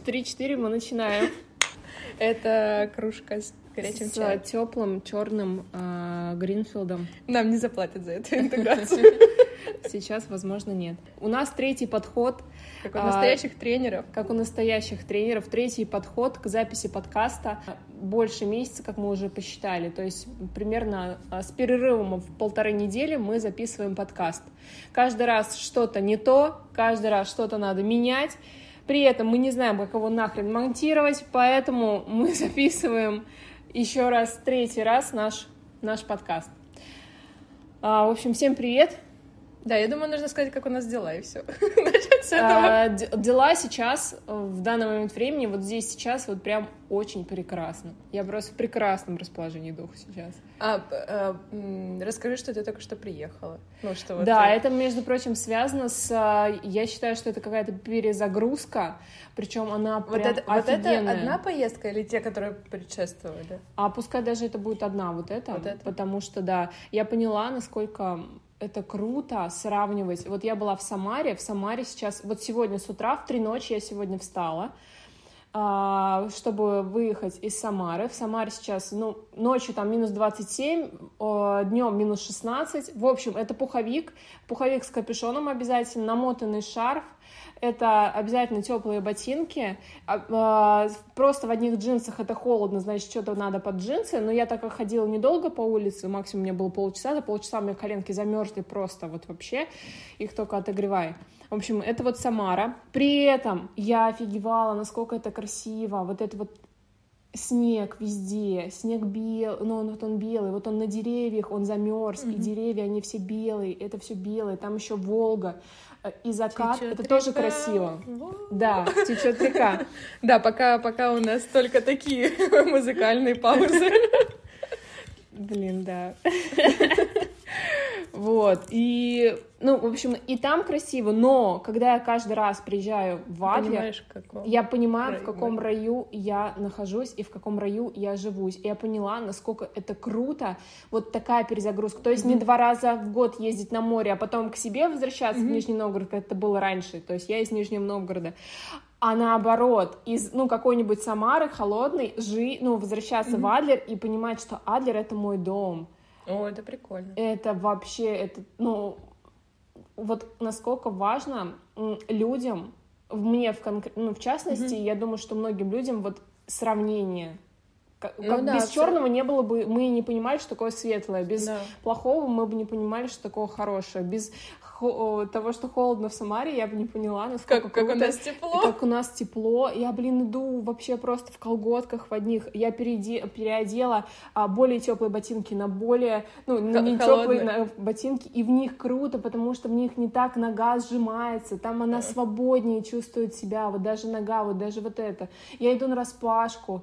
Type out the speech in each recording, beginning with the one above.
3-4 мы начинаем. Это кружка с горячим чаем. С теплым черным Гринфилдом. Нам не заплатят за эту интеграцию. Сейчас, возможно, нет. У нас третий подход. Как у настоящих тренеров. Как у настоящих тренеров. Третий подход к записи подкаста. Больше месяца, как мы уже посчитали. То есть примерно с перерывом в 1,5 недели мы записываем подкаст. Каждый раз что-то не то, каждый раз что-то надо менять. При этом мы не знаем, как его нахрен монтировать, поэтому мы записываем еще раз, третий раз наш подкаст. В общем, всем привет. Да, я думаю, нужно сказать, как у нас дела, и все. Начать с этого. Дела сейчас, в данный момент времени, вот здесь сейчас, вот прям очень прекрасно. Я просто в прекрасном расположении духа сейчас. Расскажи, что ты только что приехала. Да, это, между прочим, связано с... Я считаю, что это какая-то перезагрузка, причем она прям офигенная. Вот это одна поездка или те, которые предшествовали? Пускай даже это будет одна вот это. Потому что, да, я поняла, насколько... Это круто сравнивать. Вот я была в Самаре сейчас, вот сегодня с утра, в 3 ночи я сегодня встала, чтобы выехать из Самары. В Самаре сейчас, ночью там минус 27, днем минус 16. В общем, это пуховик с капюшоном обязательно, намотанный шарф. Это обязательно теплые ботинки. Просто в одних джинсах это холодно, значит, что-то надо под джинсы. Но я так как ходила недолго по улице, максимум мне было полчаса, за полчаса у меня коленки замерзли просто вот вообще, их только отогревай. В общем, это вот Самара. При этом я офигевала, насколько это красиво. Вот это вот снег везде, снег белый, он белый, вот он на деревьях, он замерз, и деревья, они все белые, это все белое, там еще Волга. И закат, течет это река. Тоже красиво. Да, течет река. Да, пока у нас только такие музыкальные паузы. Блин, да. Вот, и, в общем, и там красиво, но когда я каждый раз приезжаю в Адлер, я понимаю, в каком раю я нахожусь и в каком раю я живусь. И я поняла, насколько это круто, вот такая перезагрузка. То есть не 2 раза в год ездить на море, а потом к себе возвращаться в Нижний Новгород, как это было раньше. То есть я из Нижнего Новгорода. А наоборот, из, какой-нибудь Самары холодной, возвращаться в Адлер и понимать, что Адлер — это мой дом. О, это прикольно. Это вообще, вот насколько важно людям, мне в частности, я думаю, что многим людям вот сравнение. Без черного не было бы, мы не понимали, что такое светлое, без плохого мы бы не понимали, что такое хорошее, без того, что холодно в Самаре, я бы не поняла, насколько как у нас тепло. Как у нас тепло. Я, иду вообще просто в колготках в одних. Я переодела более теплые ботинки на более, не теплые ботинки, и в них круто, потому что в них не так нога сжимается, там она свободнее чувствует себя, вот даже нога, вот даже вот это. Я иду нараспашку.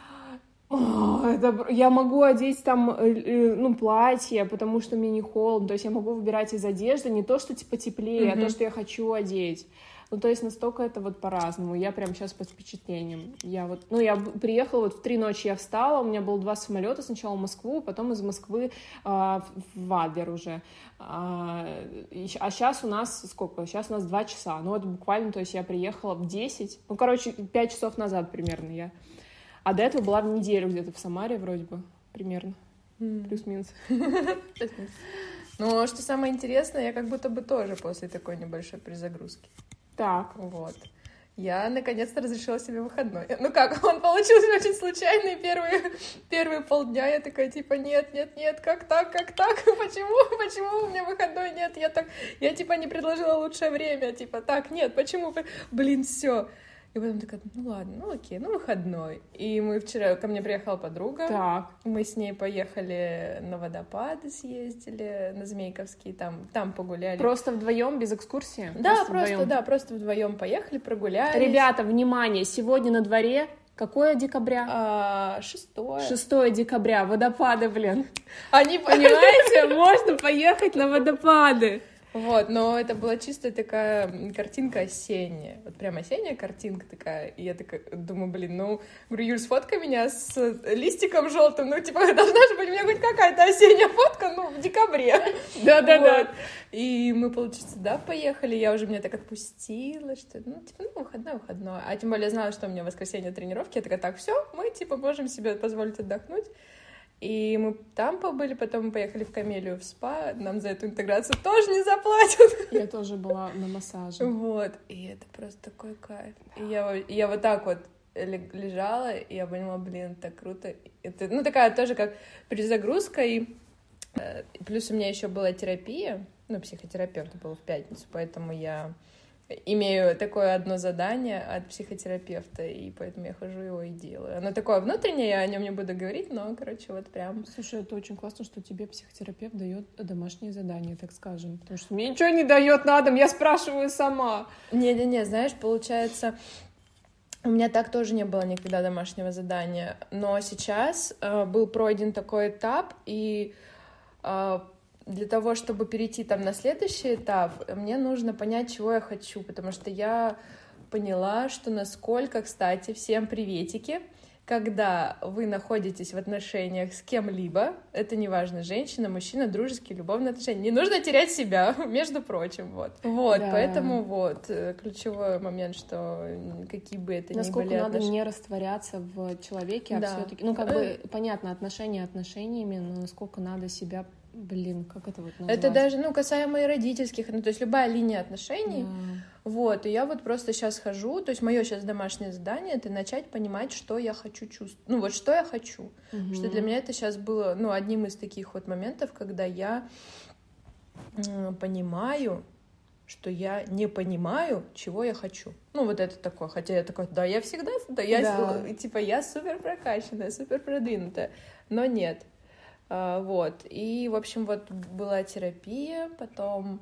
Я могу одеть там, платье, потому что мне не холодно, то есть я могу выбирать из одежды не то, что теплее, а то, что я хочу одеть. То есть настолько это вот по-разному. Я прям сейчас под впечатлением. Я приехала, вот в 3 ночи я встала, у меня было 2 самолета, сначала в Москву, потом из Москвы в Адлер уже. А сейчас у нас сколько? Сейчас у нас 2 часа. Вот буквально, то есть я приехала в 10, 5 часов назад примерно я. А до этого была в неделю где-то в Самаре вроде бы, примерно, плюс-минус. Но что самое интересное, я как будто бы тоже после такой небольшой перезагрузки. Так. Вот. Я наконец-то разрешила себе выходной. Он получился очень случайный первые полдня. Я такая, нет, как так? Почему у меня выходной нет? Я не предложила лучшее время, нет, почему? Блин, все. И потом такая, ладно, окей, выходной. И мы вчера, ко мне приехала подруга. Так. Мы с ней поехали на водопады, съездили, на Змейковский, там погуляли. Просто вдвоем, без экскурсии? Просто вдвоем поехали, прогулялись. Ребята, внимание, сегодня на дворе... Какое декабря? 6 декабря, водопады, блин. Они, понимаете, можно поехать на водопады. Вот, но это была чисто такая картинка осенняя. Вот прям осенняя картинка такая. И я такая думаю, блин, ну, говорю, Юль, сфоткай меня с листиком желтым. Ну, типа, должна же быть у меня хоть какая-то осенняя фотка, ну, в декабре. Да-да-да. И мы, получается, да, поехали. Я уже меня так отпустила, что, ну, типа, ну, выходной. А тем более знала, что у меня в воскресенье тренировки. Я такая, так, все, мы, типа, можем себе позволить отдохнуть. И мы там побыли, потом мы поехали в Камелию в спа, нам за эту интеграцию тоже не заплатят. Я тоже была на массаже. Вот, и это просто такой кайф. И я вот так вот лежала, и я поняла, блин, так круто. Это, ну, такая тоже как перезагрузка, и плюс у меня еще была терапия, ну, психотерапевт был в пятницу, поэтому я имею такое одно задание от психотерапевта, и поэтому я хожу его и делаю. Оно такое внутреннее, я о нем не буду говорить, но, короче, вот прям... Слушай, это очень классно, что тебе психотерапевт дает домашние задания, так скажем, потому что мне ничего не дает на дом, я спрашиваю сама. Не-не-не, знаешь, получается... У меня так тоже не было никогда домашнего задания, но сейчас был пройден такой этап, и для того, чтобы перейти там на следующий этап, мне нужно понять, чего я хочу, потому что я поняла, что насколько, кстати, всем приветики, когда вы находитесь в отношениях с кем-либо, это неважно, женщина, мужчина, дружеские, любовные отношения, не нужно терять себя, между прочим, вот. Вот, да. Поэтому вот, ключевой момент, что какие бы это ни были отношения... Насколько надо не растворяться в человеке, а да. все-таки, ну, как бы, понятно, отношения отношениями, но насколько надо себя... Блин, как это вот назвать? Это даже, ну, касаемо и родительских, ну, то есть любая линия отношений, вот, и я вот просто сейчас хожу, то есть мое сейчас домашнее задание — это начать понимать, что я хочу чувствовать, ну, вот что я хочу, что для меня это сейчас было, ну, одним из таких вот моментов, когда я понимаю, что я не понимаю, чего я хочу. Ну, вот это такое, хотя я такой, да, я всегда, да, я, типа, я супер прокачанная, супер продвинутая, но нет. Вот, и, в общем, вот была терапия, потом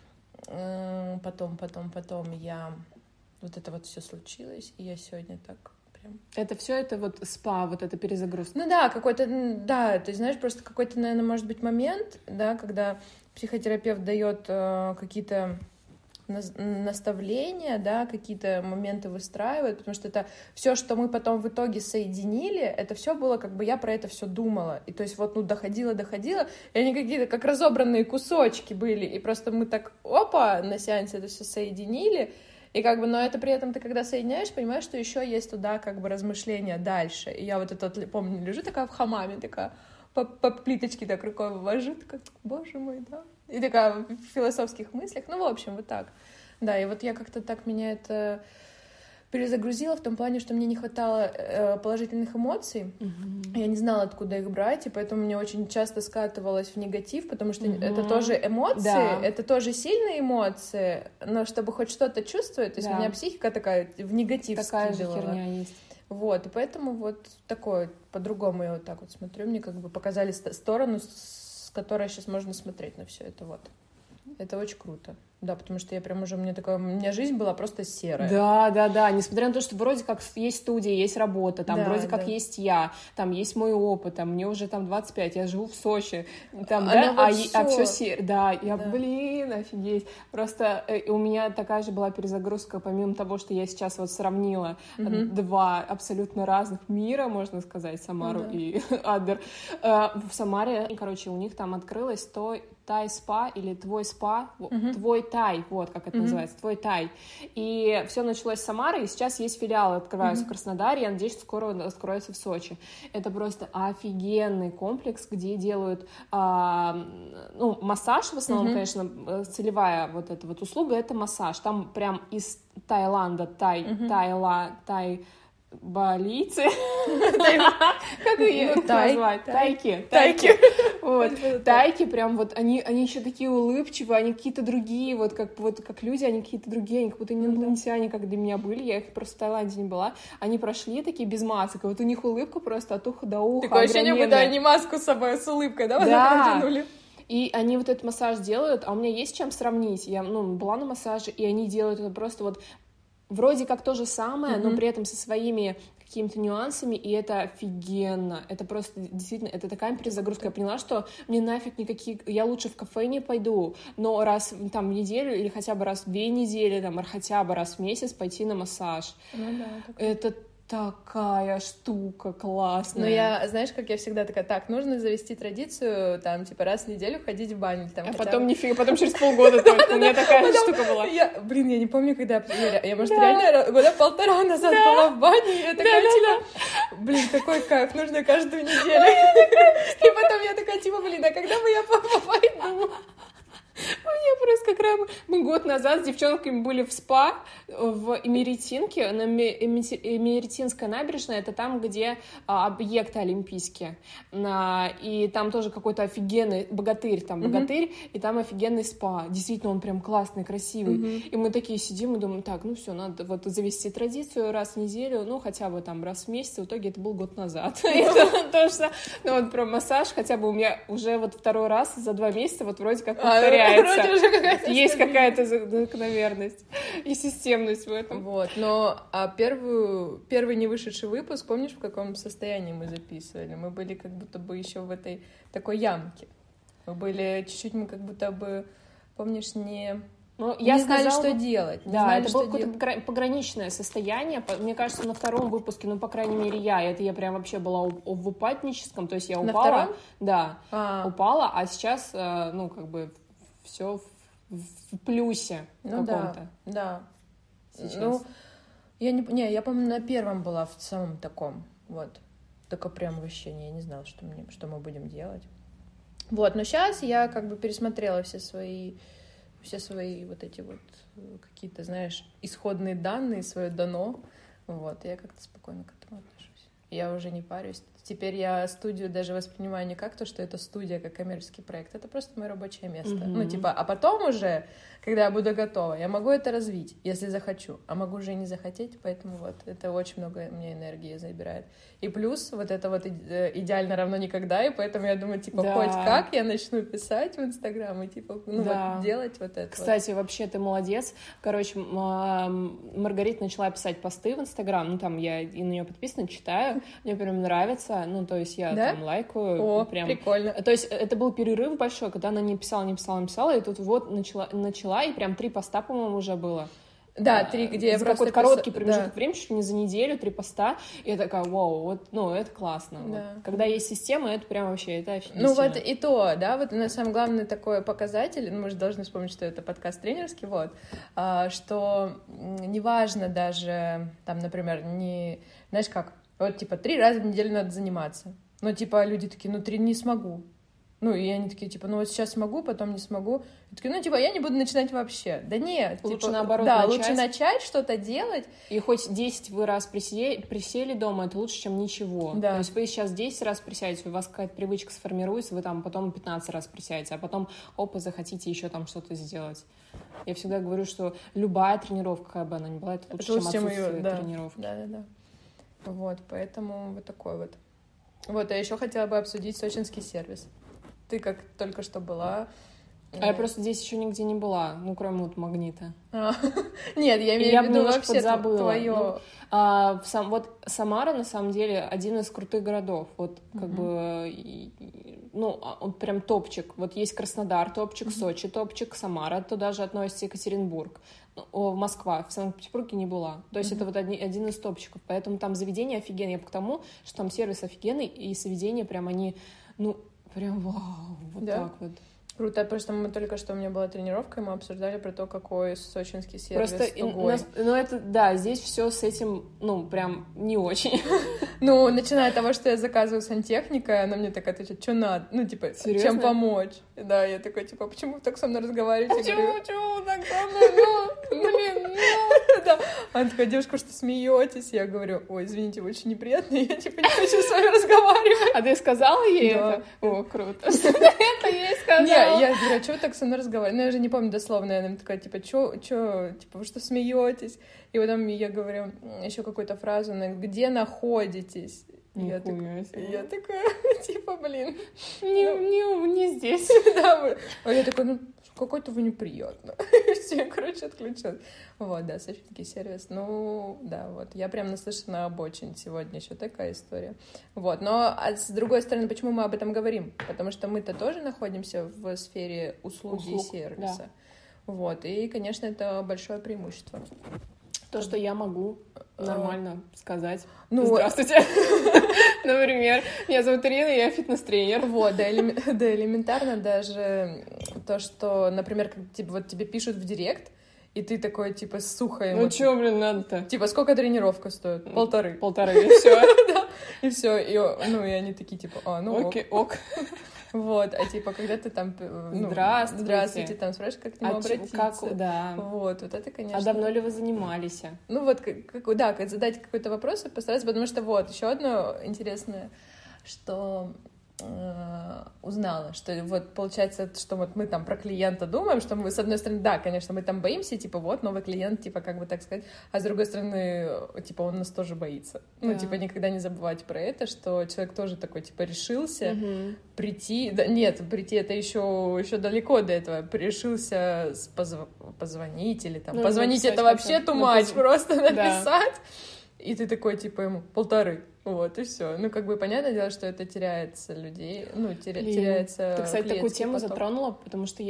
я... Вот это вот все случилось, и я сегодня так прям... Это все это вот спа, вот это перезагрузка? Ну да, какой-то, да, ты знаешь, просто какой-то, наверное, может быть момент, да, когда психотерапевт дает какие-то наставления, да, какие-то моменты выстраивает, потому что это все, что мы потом в итоге соединили, это все было, как бы я про это все думала, и то есть вот, ну, доходило, и они какие-то как разобранные кусочки были, и просто мы так, опа, на сеансе это все соединили, и как бы, но это при этом ты, когда соединяешь, понимаешь, что еще есть туда как бы размышления дальше, и я вот это, помню, лежу такая в хамаме, такая, по плиточке так рукой вывожу, такая, боже мой, да, и такая в философских мыслях, ну, в общем, вот так. Да, и вот я как-то так меня это перезагрузила в том плане, что мне не хватало положительных эмоций, я не знала, откуда их брать, и поэтому мне очень часто скатывалось в негатив, потому что это тоже эмоции, это тоже сильные эмоции, но чтобы хоть что-то чувствовать, то есть у меня психика такая в негатив такая скидывала. Такая же херня есть. Вот, и поэтому вот такое, по-другому я вот так вот смотрю, мне как бы показали сторону, с которой сейчас можно смотреть на все это, вот. Это очень круто. Да, потому что я прям уже, у меня жизнь была просто серая. Да, несмотря на то, что вроде как есть студия, есть работа, там вроде как есть я, там есть мой опыт, там мне уже там 25, я живу в Сочи, там, а все серое, да, блин, офигеть. Просто у меня такая же была перезагрузка, помимо того, что я сейчас вот сравнила два абсолютно разных мира, можно сказать, Самару и Адер. В Самаре, короче, у них там открылось Тай-спа или твой спа, твой Тай, вот как это называется, твой Тай. И все началось с Самары, и сейчас есть филиалы, открываются в Краснодаре, я надеюсь, что скоро откроется в Сочи. Это просто офигенный комплекс, где делают, массаж в основном, конечно, целевая вот эта вот услуга, это массаж. Там прям из Таиланда, балийцы. Как ее назвать? Тайки. Вот. Тайки прям вот, они еще такие улыбчивые, они какие-то другие, вот как люди, они какие-то другие, они как будто не инопланетяне, как для меня были, я их просто в Таиланде не была. Они прошли такие без масок, и вот у них улыбка просто от уха до уха. Такое ощущение, будто они маску с собой с улыбкой, да? Да. И они вот этот массаж делают, а у меня есть чем сравнить. Я, была на массаже, и они делают это просто вот вроде как то же самое, но при этом со своими какими-то нюансами, и это офигенно. Это просто, действительно, это такая перезагрузка. Я поняла, что мне нафиг никакие... Я лучше в кафе не пойду, но раз там в неделю или хотя бы раз в 2 недели, там, хотя бы раз в месяц пойти на массаж. Это такая штука классная. Ну, я, знаешь, как я всегда такая, так, нужно завести традицию, там, типа, раз в неделю ходить в баню. Там, а потом нифига, потом через полгода только. У меня такая штука была. Блин, я не помню, когда... Я, может, реально 1.5 года назад была в бане, и я такая, типа, блин, какой кайф, нужно каждую неделю. И потом я такая, типа, блин, а когда бы я пойду? Мне просто как раз мы год назад с девчонками были в спа в Эмеретинке, на Эмеретинская набережная, это там, где объекты олимпийские, и там тоже какой-то офигенный богатырь, и там офигенный спа, действительно он прям классный, красивый, и мы такие сидим и думаем, так, ну все, надо вот завести традицию раз в неделю, ну хотя бы там раз в месяц, в итоге это был год назад, ну вот про массаж, хотя бы у меня уже вот 2-й раз за 2 месяца вот вроде как повторяется. Есть какая-то закономерность и системность в этом. Вот, но первый не вышедший выпуск, помнишь, в каком состоянии мы записывали? Мы были как будто бы еще в этой такой ямке. Мы были чуть-чуть, мы как будто бы, помнишь, не знали, что делать. Да, это было какое-то пограничное состояние. Мне кажется, на 2-м выпуске, ну, по крайней мере, я прям вообще была в упадническом, то есть я упала. На 2-м? Да, упала, а сейчас, ну, как бы все в плюсе каком-то. Да. Сейчас. Ну, я, по-моему, на 1-м была в самом таком, вот. Только прям вообще я не знала, что мы будем делать. Вот, но сейчас я как бы пересмотрела все свои вот эти вот какие-то, знаешь, исходные данные, свое дано. Вот, я как-то спокойно к этому отношусь. Я уже не парюсь. Теперь я студию даже воспринимаю не как то, что это студия, как коммерческий проект. Это просто мое рабочее место. Ну, типа, а потом уже, когда я буду готова, я могу это развить, если захочу. А могу уже и не захотеть, поэтому вот это очень много мне энергии забирает. И плюс вот это вот идеально равно никогда, и поэтому я думаю, типа, хоть как я начну писать в Инстаграм и, типа, вот делать вот это. Кстати, вообще ты молодец. Короче, Маргарита начала писать посты в Инстаграм, ну, там я и на нее подписана, читаю, мне прям нравится. Ну, то есть я там лайкаю. О, прям... прикольно. То есть это был перерыв большой, когда она не писала, и тут вот начала, и прям 3 поста, по-моему, уже было. Да, 3, где я просто... Какой-то короткий промежуток времени, чуть ли не за неделю, 3 поста, и я такая, вау, вот, ну, это классно. Да. Вот. Когда есть система, это прям вообще, это офигительно. Ну, вот и то, да, вот на самом главный такой показатель, ну, мы же должны вспомнить, что это подкаст тренерский, вот, что неважно даже, там, например, знаешь как, вот, типа, 3 раза в неделю надо заниматься. Но, типа, люди такие, 3 не смогу. Ну, и они такие, типа, вот сейчас смогу, потом не смогу. И такие, типа, я не буду начинать вообще. Да нет. Лучше типа, наоборот начать. Да, лучше начать что-то делать. И хоть 10 вы раз присели дома, это лучше, чем ничего. Да. То есть вы сейчас 10 раз присядете, у вас какая-то привычка сформируется, вы там потом 15 раз присядете, а потом, захотите еще там что-то сделать. Я всегда говорю, что любая тренировка, какая бы она ни была, это лучше, чем отсутствие тренировки. Да. Вот, поэтому вот такой вот. Вот, а еще хотела бы обсудить сочинский сервис. Ты как только что была... А я просто здесь еще нигде не была, ну, кроме вот Магнита. Нет, я имею в виду вообще твое... Вот Самара, на самом деле, один из крутых городов. Вот как бы... Ну, он прям топчик. Вот есть Краснодар топчик, Сочи топчик, Самара туда же относится Екатеринбург. Москва, в Санкт-Петербурге не была. То есть это вот один из топчиков. Поэтому там заведения офигенные. Я к тому, что там сервис офигенный, и заведения прям они, ну, прям вау, вот так вот. Круто, просто мы только что, у меня была тренировка, и мы обсуждали про то, какой сочинский сервис тугой. Ну, это, да, здесь все с этим, ну, прям не очень. Ну, начиная от того, что я заказываю сантехника, она мне так отвечает, что надо, ну, типа, серьезно? Чем помочь. Да, я такой, типа, почему вы так со мной разговариваете? Почему вы так со мной? Блин, да. Она такая, девушка, что смеетесь? Я говорю, ой, извините, вы очень неприятные, я, типа, не хочу с вами разговаривать. А ты сказала ей это? О, круто. Это я ей сказала. Я говорю, а что вы так со мной разговариваете? Ну, я же не помню дословно. Она такая, типа, типа, вы что, смеетесь? И потом я говорю еще какую-то фразу, она говорит, где находитесь? Я такая, типа, блин. Не здесь. Да, а я такой, какой-то вы неприятно. Все, короче, отключилась. Вот, да, сочинский сервис. Ну, да, вот. Я прям наслышана об очень сегодня еще такая история. Вот, но с другой стороны, почему мы об этом говорим? Потому что мы-то тоже находимся в сфере услуги и сервиса. Да. Вот, и, конечно, это большое преимущество. То, что я могу нормально сказать. Здравствуйте. Например, меня зовут Ирина, я фитнес-тренер. Вот, да, элементарно даже то, что, например, вот тебе пишут в директ, и ты такой, типа, сухо ему... Ну чё, блин, надо-то? Типа, сколько тренировка стоит? 1,5. 1,5, и всё. И все, и они такие, типа, окей, ок. Вот, а типа, когда ты там... Здравствуйте, там спрашиваешь, как к нему обратиться. Да. Вот это, конечно... А давно ли вы занимались? Ну вот, как задать какой-то вопрос и постараться, потому что вот, еще одно интересное, что узнала, что вот получается, что вот мы там про клиента думаем, что мы, с одной стороны, да, конечно, мы там боимся, типа, вот, новый клиент, типа, как бы так сказать, а с другой стороны, типа, он нас тоже боится. Ну, типа, никогда не забывать про это, что человек тоже такой, типа, решился прийти, да, нет, прийти это еще далеко до этого, решился позвонить или там, позвонить это вообще too much, просто написать, и ты такой, типа, ему 1,5. Вот, и все. Ну, как бы, понятное дело, что это теряется людей, теряется... Ты, кстати, такую тему затронула, потому что,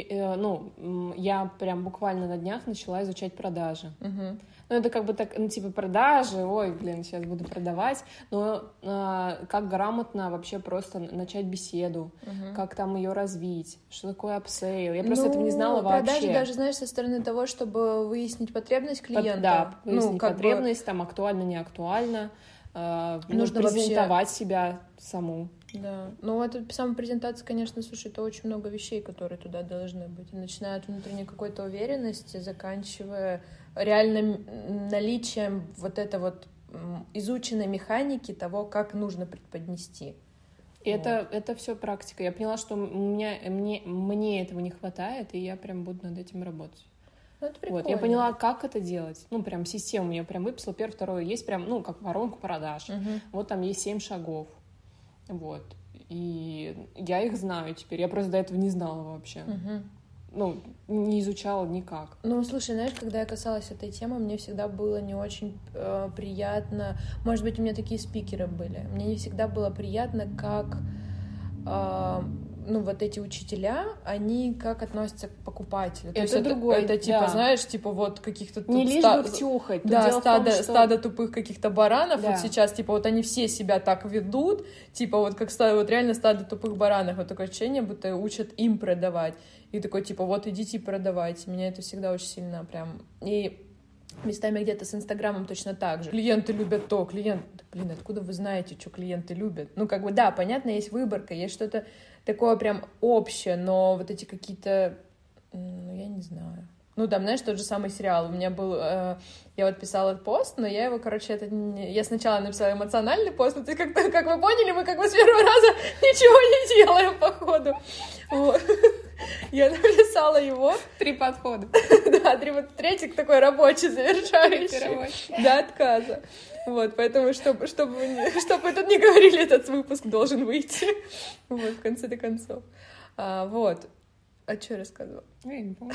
я прям буквально на днях начала изучать продажи. Ну, это как бы так, типа, продажи, ой, блин, сейчас буду продавать, но как грамотно вообще просто начать беседу, как там ее развить, что такое апсейл, я просто этого не знала вообще. Продажи даже, знаешь, со стороны того, чтобы выяснить потребность клиента. Да, выяснить потребность, там, актуально, не актуально, нужно презентовать себя саму. Да, ну это самопрезентация, конечно, слушай, это очень много вещей, которые туда должны быть, начиная от внутренней какой-то уверенности, заканчивая реально наличием вот этой вот изученной механики того, как нужно преподнести. И это все практика. Я поняла, что мне этого не хватает, и я прям буду над этим работать. Ну, это прикольно. Вот, я поняла, как это делать. Ну, прям систему я прям выписала. Первое, второе. Есть прям, как воронка продаж. Вот там есть 7 шагов. Вот. И я их знаю теперь. Я просто до этого не знала вообще. Ну, не изучала никак. Ну, слушай, знаешь, когда я касалась этой темы, мне всегда было не очень приятно. Может быть, у меня такие спикеры были. Мне не всегда было приятно, как... вот эти учителя, они как относятся к покупателю. Это другое. Это типа, знаешь, типа вот каких-то... Не лишь бы втюхать. Да, стадо тупых каких-то баранов. Да. Вот сейчас, типа, вот они все себя так ведут, типа вот как вот реально стадо тупых баранов. Вот такое ощущение, будто учат им продавать. И такой, типа, вот идите и продавайте. Меня это всегда очень сильно прям... И местами где-то с Инстаграмом точно так же. Клиенты любят то, Блин, откуда вы знаете, что клиенты любят? Ну, как бы, да, понятно, есть выборка, есть что-то такое прям общее, но вот эти какие-то... я не знаю. Ну, там, знаешь, тот же самый сериал. У меня был... я вот писала пост, но я его, короче, я сначала написала эмоциональный пост, но как вы поняли, мы как бы с первого раза ничего не делаем, походу. Вот. Я написала его. 3 подхода. Да, третий такой рабочий, завершающий. До отказа. Вот, поэтому, чтобы вы тут не говорили, этот выпуск должен выйти. Вот, в конце-то концов. Вот. А что я рассказывала? Я не помню.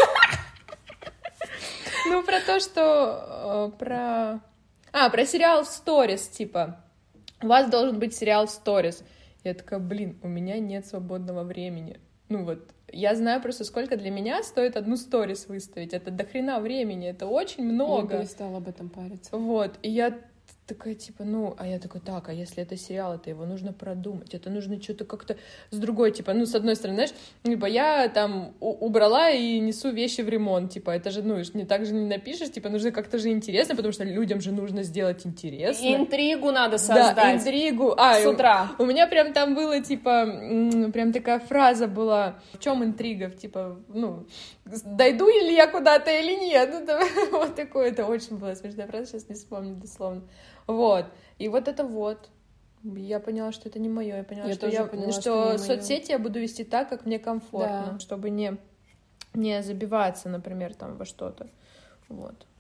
Ну, про то, что... Про сериал в сторис, типа. У вас должен быть сериал в сторис. Я такая, у меня нет свободного времени. Ну вот, я знаю просто, сколько для меня стоит одну сторис выставить. Это до хрена времени, это очень много. Я перестала об этом париться. Вот, и я такая, типа, а я такой, а если это сериал, это его нужно продумать, это нужно что-то как-то с другой, типа, с одной стороны, знаешь, типа, я там убрала и несу вещи в ремонт, типа, это же, не так же не напишешь, типа, нужно как-то же интересно, потому что людям же нужно сделать интересно. Интригу надо создать. Да, интригу. С утра. У меня прям там было, типа, прям такая фраза была, в чем интрига, типа, дойду ли я куда-то или нет, вот такое, это очень была смешная фраза, сейчас не вспомню дословно. Вот. И вот это вот. Я поняла, что это не мое. Я поняла, что соцсети я буду вести так, как мне комфортно, чтобы не забиваться, например, там во что-то. Вот.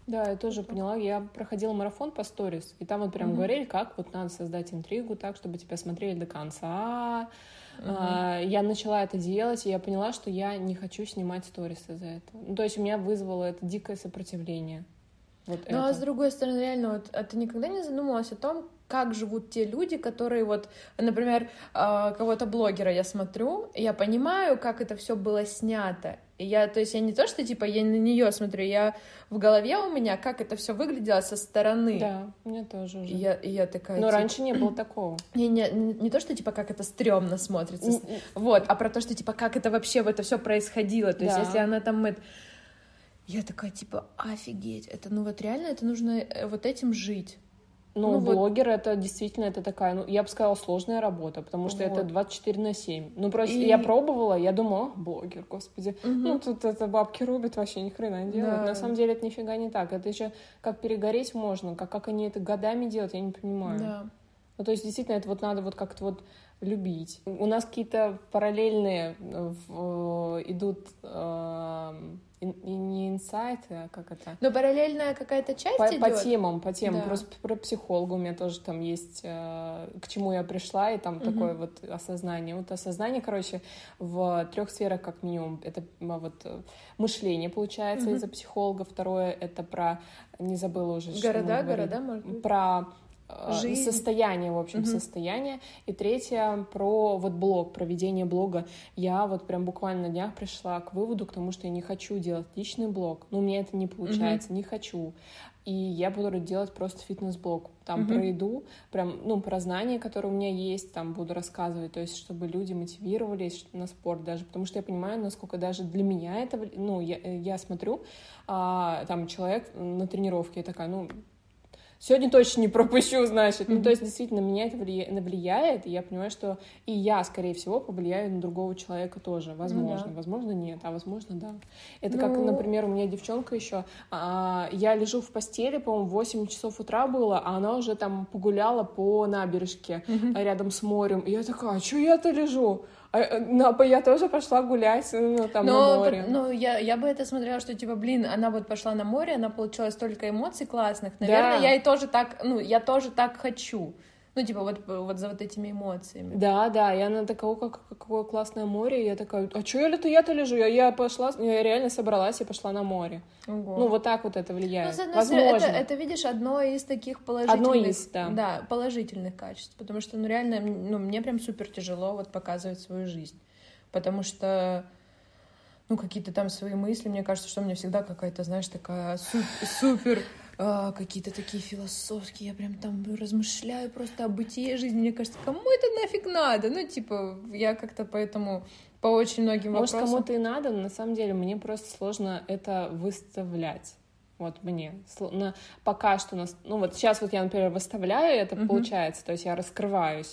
Да, я тоже поняла. Я проходила марафон по сторис, и там вот прям говорили, как вот надо создать интригу так, чтобы тебя смотрели до конца. Я начала это делать, и я поняла, что я не хочу снимать сторис из-за этого. Ну, то есть у меня вызвало это дикое сопротивление. Вот Ну, а с другой стороны, реально, вот, а ты никогда не задумывалась о том, как живут те люди, которые вот, например, кого-то блогера я смотрю, и я понимаю, как это все было снято. И то есть я не то, что типа я на нее смотрю, я в голове у меня, как это все выглядело со стороны. Да, у меня тоже уже. И я такая. Но типа... раньше не было такого. Не то, что типа как это стрёмно смотрится, вот, а про то, что типа как это вообще это все происходило. То есть, если она там я такая, типа, офигеть, это, ну вот реально, это нужно вот этим жить. Ну, блогер, это действительно, это такая, ну, я бы сказала, сложная работа, потому что это 24/7. Ну, просто я пробовала, я думала, блогер, господи, ну, тут это бабки рубят, вообще ни хрена не делают. На самом деле это нифига не так. Это еще как перегореть можно, как они это годами делают, я не понимаю. Да. Ну, то есть, действительно, это вот надо вот как-то вот любить. У нас какие-то параллельные идут не инсайты, а как это? Но параллельная какая-то часть идет? По темам. Да. Просто про психолога у меня тоже там есть, к чему я пришла, и там такое вот осознание. Вот осознание, короче, в 3 сферах как минимум. Это вот мышление, получается, из-за психолога. Второе, это про, не забыла уже, города, может быть? Про жизнь. Состояние, в общем, состояние. И третье, про вот блог, про ведение блога. Я вот прям буквально на днях пришла к выводу, к тому, что я не хочу делать личный блог. Ну, у меня это не получается, не хочу. И я буду делать просто фитнес-блог. Там про еду, прям, ну, про знания, которые у меня есть, там буду рассказывать, то есть, чтобы люди мотивировались на спорт даже, потому что я понимаю, насколько даже для меня это, ну, я смотрю, там человек на тренировке, я такая, ну, сегодня точно не пропущу, значит. Ну, то есть, действительно, меня это влияет, и я понимаю, что и я, скорее всего, повлияю на другого человека тоже. Возможно. Ну, да. Возможно, нет, а возможно, да. Это как, например, у меня девчонка еще, я лежу в постели, по-моему, в 8 часов утра было, а она уже там погуляла по набережке рядом с морем. И я такая, а чё я-то лежу? Я тоже пошла гулять, ну, там, на море. Ну, я бы это смотрела, что, типа, блин, она вот пошла на море, она получила столько эмоций классных. Наверное, Да. я тоже так хочу. Ну, типа, вот за вот этими эмоциями. Да, и она такая, какое классное море, и я такая, а чё я-то лежу? Я пошла, я реально собралась и пошла на море. Ого. Ну, вот так вот это влияет. Ну, с одной возможно. стороны, это, видишь, одно из таких положительных, да. Положительных качеств, потому что, ну, реально, ну, мне прям супер тяжело вот показывать свою жизнь, потому что, ну, какие-то там свои мысли, мне кажется, что у меня всегда какая-то, знаешь, такая супер какие-то такие философские, я прям там размышляю просто о бытие жизни, мне кажется, кому это нафиг надо? Ну, типа, я как-то поэтому по очень многим вопросам... Может, кому-то и надо, но на самом деле мне просто сложно это выставлять. Вот мне. Пока что... Ну, вот сейчас вот я, например, выставляю, это получается, то есть я раскрываюсь,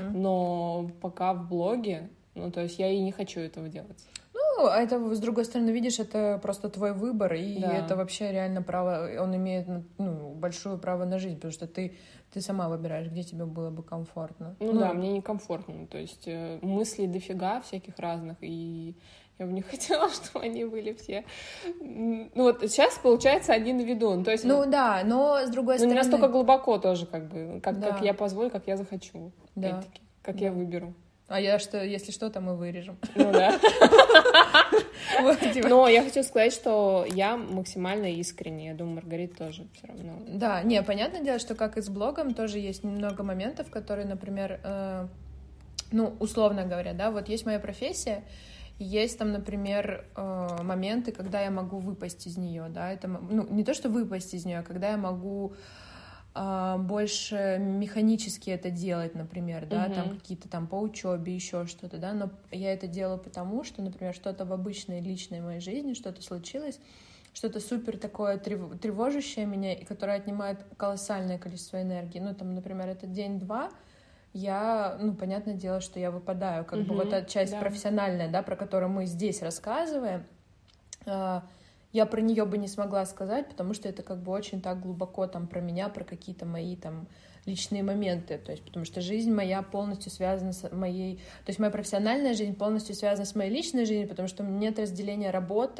но пока в блоге, ну, то есть я и не хочу этого делать. Ну, а это, с другой стороны, видишь, это просто твой выбор, и это вообще реально право, он имеет, ну, большое право на жизнь, потому что ты сама выбираешь, где тебе было бы комфортно. Ну да, мне некомфортно, то есть мыслей дофига всяких разных, и я бы не хотела, чтобы они были все... Ну вот сейчас, получается, один ведун, то есть... Ну да, но с другой стороны... не настолько глубоко тоже, как бы, как я позволю, как я захочу, опять-таки, как я выберу. А если что, то мы вырежем. Ну да. Но я хочу сказать, что я максимально искренне. Я думаю, Маргарита тоже все равно. Да, не, понятное дело, что как и с блогом, тоже есть немного моментов, которые, например, ну, условно говоря, да, вот есть моя профессия, есть там, например, моменты, когда я могу выпасть из нее, да, это, ну, не то, что выпасть из нее, а когда я могу больше механически это делать, например, да, там какие-то там по учебе, еще что-то, да, но я это делаю потому, что, например, что-то в обычной личной моей жизни, что-то случилось, что-то супер такое тревожащее меня, и которое отнимает колоссальное количество энергии, ну, там, например, это день-два, я, ну, понятное дело, что я выпадаю, как бы вот эта часть профессиональная, да, про которую мы здесь рассказываем, я про нее бы не смогла сказать, потому что это как бы очень так глубоко там про меня, про какие-то мои там личные моменты, то есть потому что жизнь моя полностью связана с моей, то есть моя профессиональная жизнь полностью связана с моей личной жизнью, потому что нет разделения работа,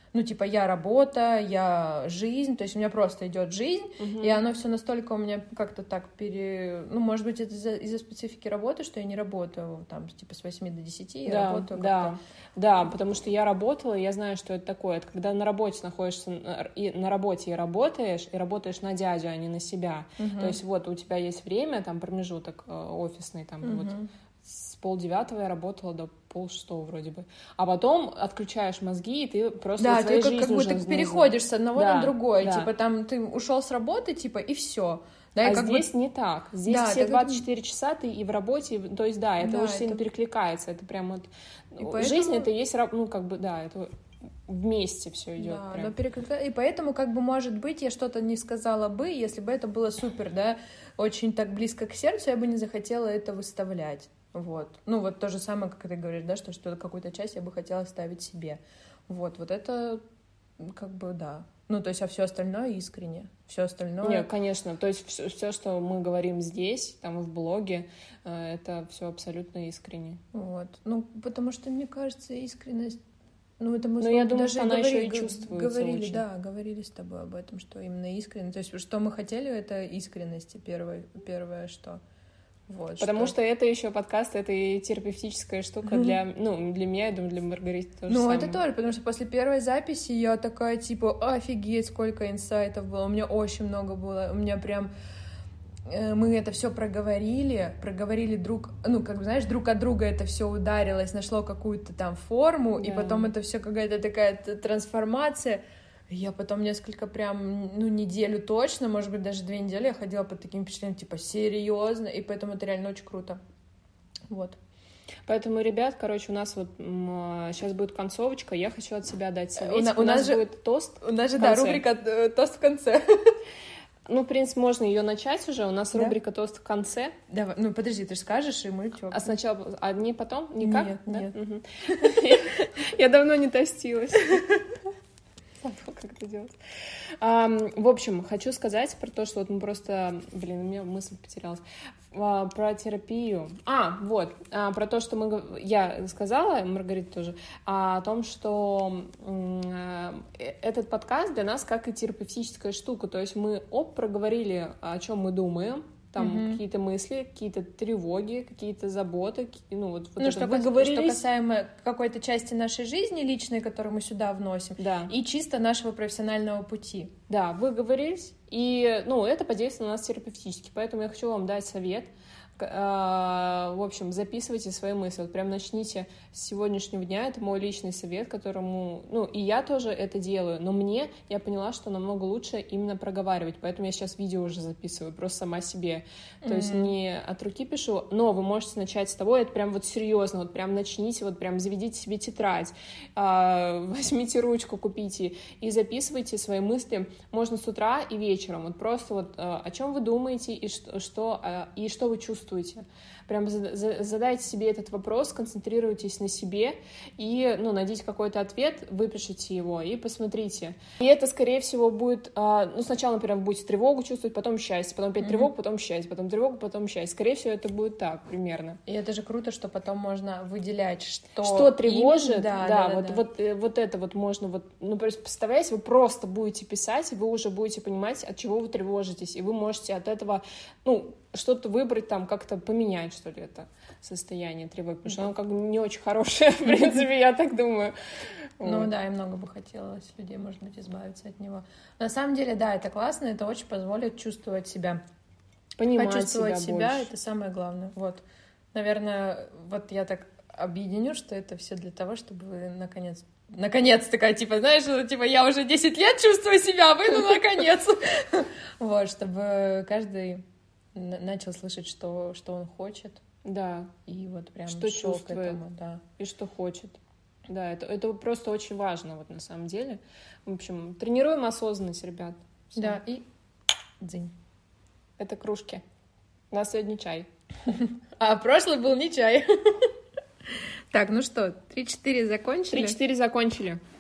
ну, типа, я работа, я жизнь, то есть у меня просто идет жизнь, и оно все настолько у меня как-то так ну, может быть, это из-за специфики работы, что я не работаю, там, типа, с 8 до 10, я работаю как-то... Да, потому что я работала, и я знаю, что это такое. Это когда на работе находишься, и на работе и работаешь на дядю, а не на себя. То есть вот у тебя есть время, там, промежуток офисный, там, вот с 8:30 я работала до 5:30 вроде бы. А потом отключаешь мозги, и ты просто да, своей ты жизнью как будто уже переходишь с одного на другое. Да. Типа там ты ушел с работы, типа, и все. Да, а здесь не так. Здесь все 24 часа ты и в работе, то есть, да, это очень сильно перекликается. Это прям вот... Поэтому... Жизнь — это есть, ну, как бы, да, это вместе все идет. Да, прям. но и поэтому, как бы, может быть, я что-то не сказала бы, если бы это было супер, да, очень так близко к сердцу, я бы не захотела это выставлять. Вот. Ну, вот то же самое, как ты говоришь, да, что какую-то часть я бы хотела ставить себе. Вот это, как бы, да. Ну, то есть, а все остальное искренне. Все остальное... Нет, конечно. То есть, все, что мы говорим здесь, там, и в блоге, это все абсолютно искренне. Вот. Ну, потому что, мне кажется, искренность... Ну, это мы я думаю, даже что она еще и чувствуется говорили, очень. Да, говорили с тобой об этом, что именно искренность. То есть, что мы хотели, это искренности первое что... Вот, потому что это еще подкаст, это и терапевтическая штука для меня, я думаю, для Маргариты тоже. Ну, это тоже, потому что после первой записи я такая, типа, офигеть, сколько инсайтов было, у меня очень много было, у меня прям... Мы это все проговорили друг, ну, как бы, знаешь, друг от друга это все ударилось, нашло какую-то там форму, и потом это все какая-то такая трансформация. Я потом несколько прям, ну, неделю точно, может быть, даже 2 недели я ходила под таким впечатлением, типа, серьезно, и поэтому это реально очень круто. Вот. Поэтому, ребят, короче, у нас вот сейчас будет концовочка, я хочу от себя дать совет. У нас же будет тост. У нас же, да, рубрика «Тост в конце». Ну, в принципе, можно ее начать уже. У нас рубрика «Тост в конце». Давай, ну, подожди, ты же скажешь, и мы чё? А сначала, а не потом? Никак? Нет. Я давно не тостилась. Как это делать. В общем, хочу сказать про то, что вот мы просто... у меня мысль потерялась. Про терапию. Про то, что я сказала, Маргарита тоже, о том, что этот подкаст для нас как и терапевтическая штука. То есть мы проговорили, о чем мы думаем, там какие-то мысли, какие-то тревоги, какие-то заботы, ну что касаемо какой-то части нашей жизни личной, которую мы сюда вносим, и чисто нашего профессионального пути. Да, вы говорились, и, это подействовало на нас терапевтически, поэтому я хочу вам дать совет. В общем, записывайте свои мысли. Вот прям начните с сегодняшнего дня. Это мой личный совет, которому... и я тоже это делаю. Но я поняла, что намного лучше именно проговаривать. Поэтому я сейчас видео уже записываю, просто сама себе. То есть не от руки пишу, но вы можете начать с того, это прям вот серьезно, вот прям начните, вот прям заведите себе тетрадь, возьмите ручку, купите и записывайте свои мысли. Можно с утра и вечером. Вот просто вот о чем вы думаете и что вы чувствуете. Прям задайте себе этот вопрос, концентрируйтесь на себе и, найдите какой-то ответ, выпишите его и посмотрите. И это, скорее всего, будет... сначала, например, вы будете тревогу чувствовать, потом счастье, потом опять тревогу, потом счастье, потом тревогу, потом счастье. Скорее всего, это будет так примерно. И это же круто, что потом можно выделять, что тревожит. Вот это вот можно... представляете, вы просто будете писать, и вы уже будете понимать, от чего вы тревожитесь, и вы можете от этого, что-то выбрать, там, как-то поменять, что ли, это состояние тревоги, потому что оно как бы не очень хорошее, в принципе, я так думаю. Да, и много бы хотелось людей, может быть, избавиться от него. На самом деле, да, это классно, это очень позволит чувствовать себя. Понимать почувствовать себя больше. Это самое главное. Вот, наверное, вот я так объединю, что это все для того, чтобы вы наконец такая, знаешь, я уже 10 лет чувствую себя, наконец. Вот, чтобы каждый начал слышать, что он хочет. Да. И вот прям что шел чувствует, к этому, да. И что хочет. Да, это просто очень важно, вот на самом деле. В общем, тренируем осознанность, ребят. Всё. Да, и дзынь. Это кружки. У нас сегодня чай. А прошлый был не чай. Так, 3-4 закончили? 3-4 закончили.